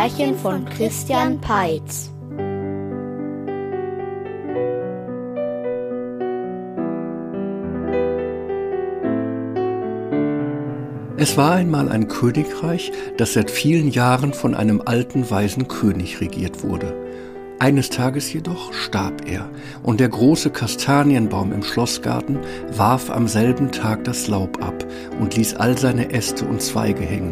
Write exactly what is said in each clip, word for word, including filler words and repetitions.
Märchen von Christian Peitz. Es war einmal ein Königreich, das seit vielen Jahren von einem alten, weisen König regiert wurde. Eines Tages jedoch starb er, und der große Kastanienbaum im Schlossgarten warf am selben Tag das Laub ab und ließ all seine Äste und Zweige hängen.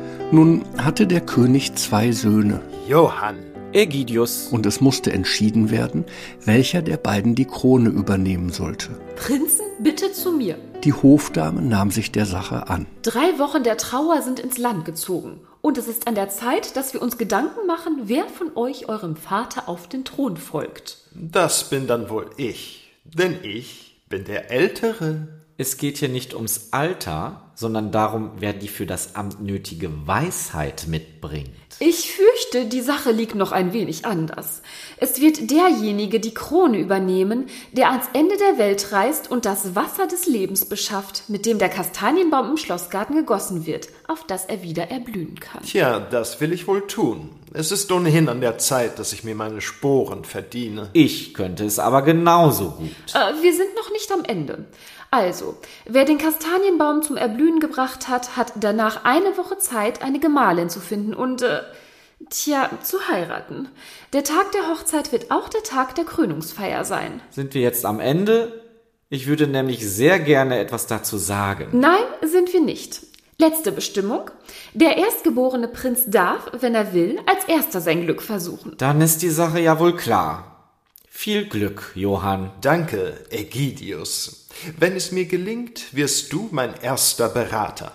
Nun hatte der König zwei Söhne, Johann, Ägidius, und es musste entschieden werden, welcher der beiden die Krone übernehmen sollte. Prinzen, bitte zu mir. Die Hofdame nahm sich der Sache an. Drei Wochen der Trauer sind ins Land gezogen. Und es ist an der Zeit, dass wir uns Gedanken machen, wer von euch eurem Vater auf den Thron folgt. Das bin dann wohl ich, denn ich bin der Ältere. Es geht hier nicht ums Alter, sondern darum, wer die für das Amt nötige Weisheit mitbringt. Ich fürchte, die Sache liegt noch ein wenig anders. Es wird derjenige die Krone übernehmen, der ans Ende der Welt reist und das Wasser des Lebens beschafft, mit dem der Kastanienbaum im Schlossgarten gegossen wird, auf das er wieder erblühen kann. Tja, das will ich wohl tun. Es ist ohnehin an der Zeit, dass ich mir meine Sporen verdiene. Ich könnte es aber genauso gut. Äh, wir sind noch nicht am Ende. Also, wer den Kastanienbaum zum Erblühen gebracht hat, hat danach eine Woche Zeit, eine Gemahlin zu finden und, äh, tja, zu heiraten. Der Tag der Hochzeit wird auch der Tag der Krönungsfeier sein. Sind wir jetzt am Ende? Ich würde nämlich sehr gerne etwas dazu sagen. Nein, sind wir nicht. Letzte Bestimmung. Der erstgeborene Prinz darf, wenn er will, als erster sein Glück versuchen. Dann ist die Sache ja wohl klar. Viel Glück, Johann. Danke, Ägidius. Wenn es mir gelingt, wirst du mein erster Berater.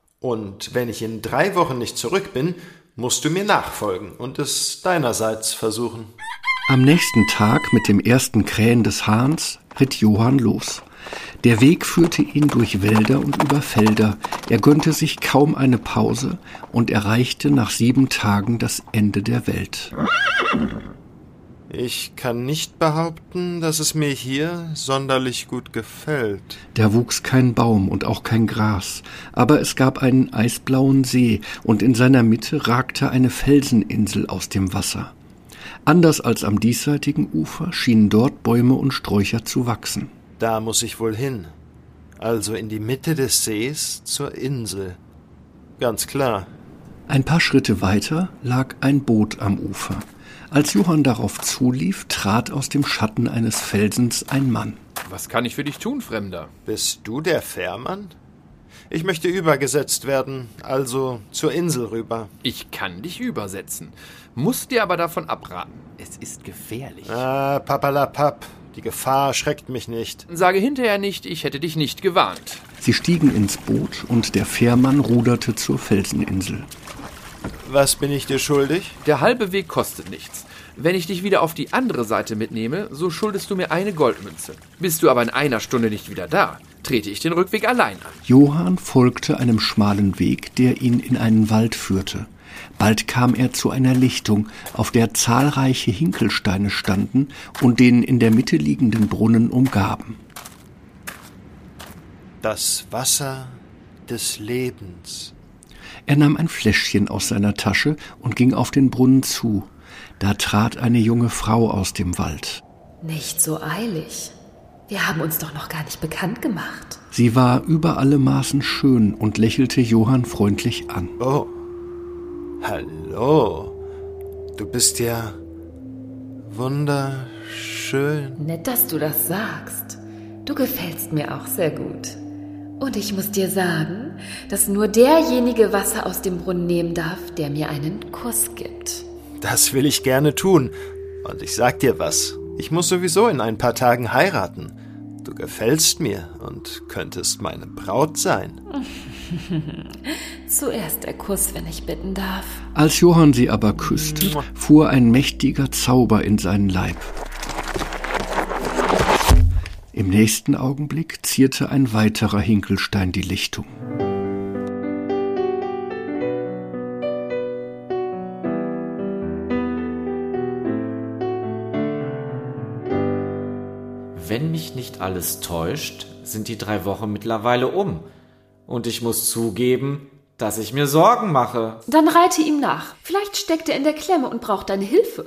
Und wenn ich in drei Wochen nicht zurück bin, musst du mir nachfolgen und es deinerseits versuchen. Am nächsten Tag mit dem ersten Krähen des Hahns ritt Johann los. Der Weg führte ihn durch Wälder und über Felder. Er gönnte sich kaum eine Pause und erreichte nach sieben Tagen das Ende der Welt. Ich kann nicht behaupten, dass es mir hier sonderlich gut gefällt. Da wuchs kein Baum und auch kein Gras, aber es gab einen eisblauen See, und in seiner Mitte ragte eine Felseninsel aus dem Wasser. Anders als am diesseitigen Ufer schienen dort Bäume und Sträucher zu wachsen. Da muss ich wohl hin. Also in die Mitte des Sees zur Insel. Ganz klar. Ein paar Schritte weiter lag ein Boot am Ufer. Als Johann darauf zulief, trat aus dem Schatten eines Felsens ein Mann. Was kann ich für dich tun, Fremder? Bist du der Fährmann? Ich möchte übergesetzt werden, also zur Insel rüber. Ich kann dich übersetzen, muss dir aber davon abraten. Es ist gefährlich. Ah, papalapap, die Gefahr schreckt mich nicht. Sage hinterher nicht, ich hätte dich nicht gewarnt. Sie stiegen ins Boot und der Fährmann ruderte zur Felseninsel. Was bin ich dir schuldig? Der halbe Weg kostet nichts. Wenn ich dich wieder auf die andere Seite mitnehme, so schuldest du mir eine Goldmünze. Bist du aber in einer Stunde nicht wieder da, trete ich den Rückweg allein an. Johann folgte einem schmalen Weg, der ihn in einen Wald führte. Bald kam er zu einer Lichtung, auf der zahlreiche Hinkelsteine standen und den in der Mitte liegenden Brunnen umgaben. Das Wasser des Lebens. Er nahm ein Fläschchen aus seiner Tasche und ging auf den Brunnen zu. Da trat eine junge Frau aus dem Wald. Nicht so eilig. Wir haben uns doch noch gar nicht bekannt gemacht. Sie war über alle Maßen schön und lächelte Johann freundlich an. Oh, hallo. Du bist ja wunderschön. Nett, dass du das sagst. Du gefällst mir auch sehr gut. Und ich muss dir sagen, dass nur derjenige Wasser aus dem Brunnen nehmen darf, der mir einen Kuss gibt. Das will ich gerne tun. Und ich sag dir was, ich muss sowieso in ein paar Tagen heiraten. Du gefällst mir und könntest meine Braut sein. Zuerst der Kuss, wenn ich bitten darf. Als Johann sie aber küsste, fuhr ein mächtiger Zauber in seinen Leib. Im nächsten Augenblick zierte ein weiterer Hinkelstein die Lichtung. Wenn mich nicht alles täuscht, sind die drei Wochen mittlerweile um. Und ich muss zugeben, Dass ich mir Sorgen mache. Dann reite ihm nach. Vielleicht steckt er in der Klemme und braucht deine Hilfe.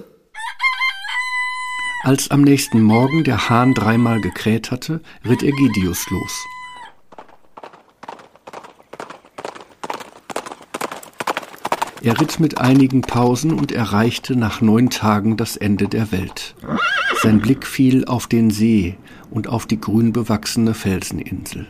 Als am nächsten Morgen der Hahn dreimal gekräht hatte, ritt Ägidius los. Er ritt mit einigen Pausen und erreichte nach neun Tagen das Ende der Welt. Sein Blick fiel auf den See und auf die grün bewachsene Felseninsel.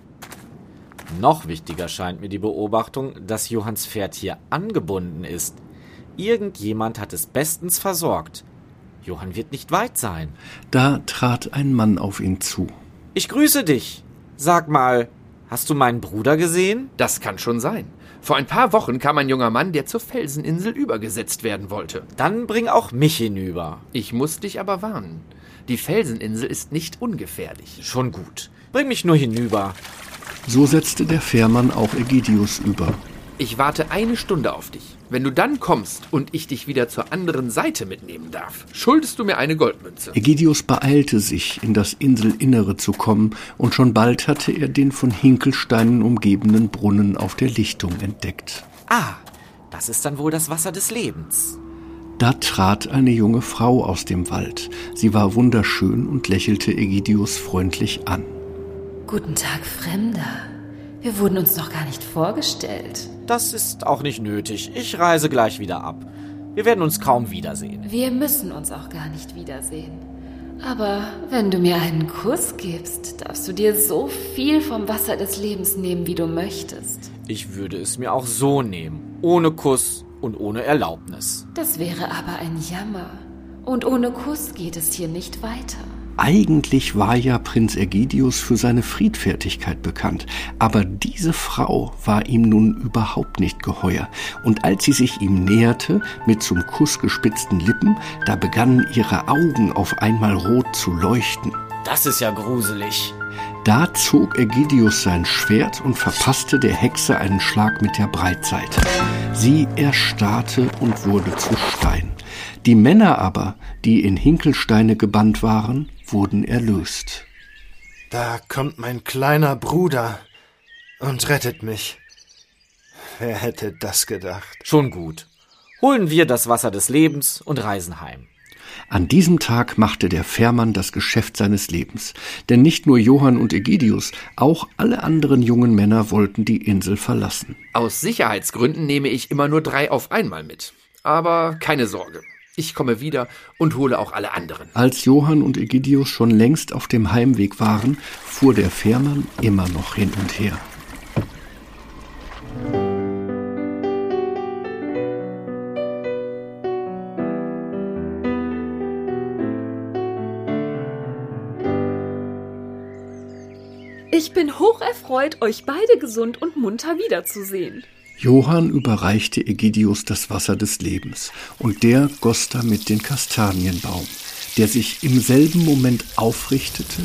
Noch wichtiger scheint mir die Beobachtung, dass Johanns Pferd hier angebunden ist. Irgendjemand hat es bestens versorgt. Johann wird nicht weit sein. Da trat ein Mann auf ihn zu. Ich grüße dich. Sag mal, hast du meinen Bruder gesehen? Das kann schon sein. Vor ein paar Wochen kam ein junger Mann, der zur Felseninsel übergesetzt werden wollte. Dann bring auch mich hinüber. Ich muss dich aber warnen. Die Felseninsel ist nicht ungefährlich. Schon gut. Bring mich nur hinüber. So setzte der Fährmann auch Ägidius über. Ich warte eine Stunde auf dich. Wenn du dann kommst und ich dich wieder zur anderen Seite mitnehmen darf, schuldest du mir eine Goldmünze. Ägidius beeilte sich, in das Inselinnere zu kommen, und schon bald hatte er den von Hinkelsteinen umgebenen Brunnen auf der Lichtung entdeckt. Ah, das ist dann wohl das Wasser des Lebens. Da trat eine junge Frau aus dem Wald. Sie war wunderschön und lächelte Ägidius freundlich an. Guten Tag, Fremder. Wir wurden uns noch gar nicht vorgestellt. Das ist auch nicht nötig. Ich reise gleich wieder ab. Wir werden uns kaum wiedersehen. Wir müssen uns auch gar nicht wiedersehen. Aber wenn du mir einen Kuss gibst, darfst du dir so viel vom Wasser des Lebens nehmen, wie du möchtest. Ich würde es mir auch so nehmen. Ohne Kuss und ohne Erlaubnis. Das wäre aber ein Jammer. Und ohne Kuss geht es hier nicht weiter. Eigentlich war ja Prinz Ägidius für seine Friedfertigkeit bekannt, aber diese Frau war ihm nun überhaupt nicht geheuer, und als sie sich ihm näherte, mit zum Kuss gespitzten Lippen, da begannen ihre Augen auf einmal rot zu leuchten. Das ist ja gruselig. Da zog Ägidius sein Schwert und verpasste der Hexe einen Schlag mit der Breitseite. Sie erstarrte und wurde zu Stein. Die Männer aber, die in Hinkelsteine gebannt waren, wurden erlöst. Da kommt mein kleiner Bruder und rettet mich. Wer hätte das gedacht? Schon gut. Holen wir das Wasser des Lebens und reisen heim. An diesem Tag machte der Fährmann das Geschäft seines Lebens. Denn nicht nur Johann und Ägidius, auch alle anderen jungen Männer wollten die Insel verlassen. Aus Sicherheitsgründen nehme ich immer nur drei auf einmal mit. Aber keine Sorge. Ich komme wieder und hole auch alle anderen. Als Johann und Ägidius schon längst auf dem Heimweg waren, fuhr der Fährmann immer noch hin und her. Ich bin hocherfreut, euch beide gesund und munter wiederzusehen. Johann überreichte Ägidius das Wasser des Lebens, und der goss damit den Kastanienbaum, der sich im selben Moment aufrichtete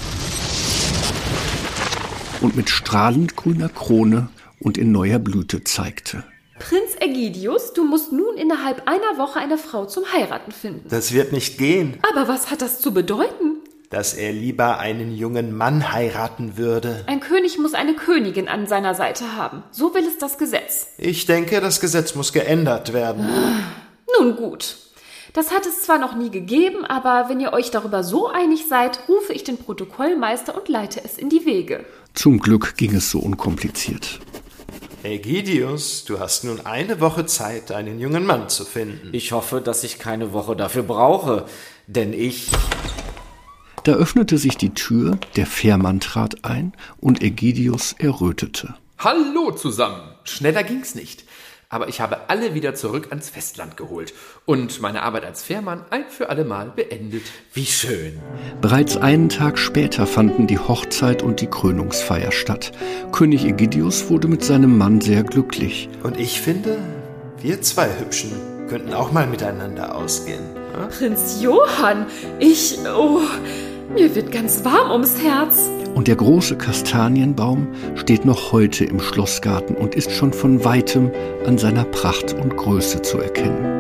und mit strahlend grüner Krone und in neuer Blüte zeigte. Prinz Ägidius, du musst nun innerhalb einer Woche eine Frau zum Heiraten finden. Das wird nicht gehen, Aber was hat das zu bedeuten? dass er lieber einen jungen Mann heiraten würde. Ein König muss eine Königin an seiner Seite haben. So will es das Gesetz. Ich denke, das Gesetz muss geändert werden. Nun gut. Das hat es zwar noch nie gegeben, aber wenn ihr euch darüber so einig seid, rufe ich den Protokollmeister und leite es in die Wege. Zum Glück ging es so unkompliziert. Ägidius, du hast nun eine Woche Zeit, einen jungen Mann zu finden. Ich hoffe, dass ich keine Woche dafür brauche, denn ich... Da öffnete sich die Tür, der Fährmann trat ein und Ägidius errötete. Hallo zusammen. Schneller ging's nicht. Aber ich habe alle wieder zurück ans Festland geholt und meine Arbeit als Fährmann ein für alle Mal beendet. Wie schön. Bereits einen Tag später fanden die Hochzeit und die Krönungsfeier statt. König Ägidius wurde mit seinem Mann sehr glücklich. Und ich finde, wir zwei Hübschen könnten auch mal miteinander ausgehen. Hm? Prinz Johann, ich... Oh, mir wird ganz warm ums Herz. Und der große Kastanienbaum steht noch heute im Schlossgarten und ist schon von weitem an seiner Pracht und Größe zu erkennen.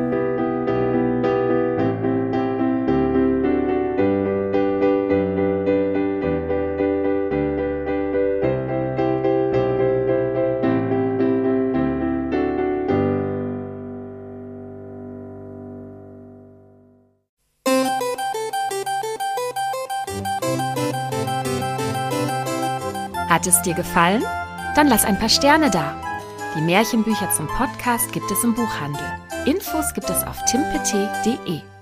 Hat es dir gefallen? Dann lass ein paar Sterne da. Die Märchenbücher zum Podcast gibt es im Buchhandel. Infos gibt es auf timpete punkt de.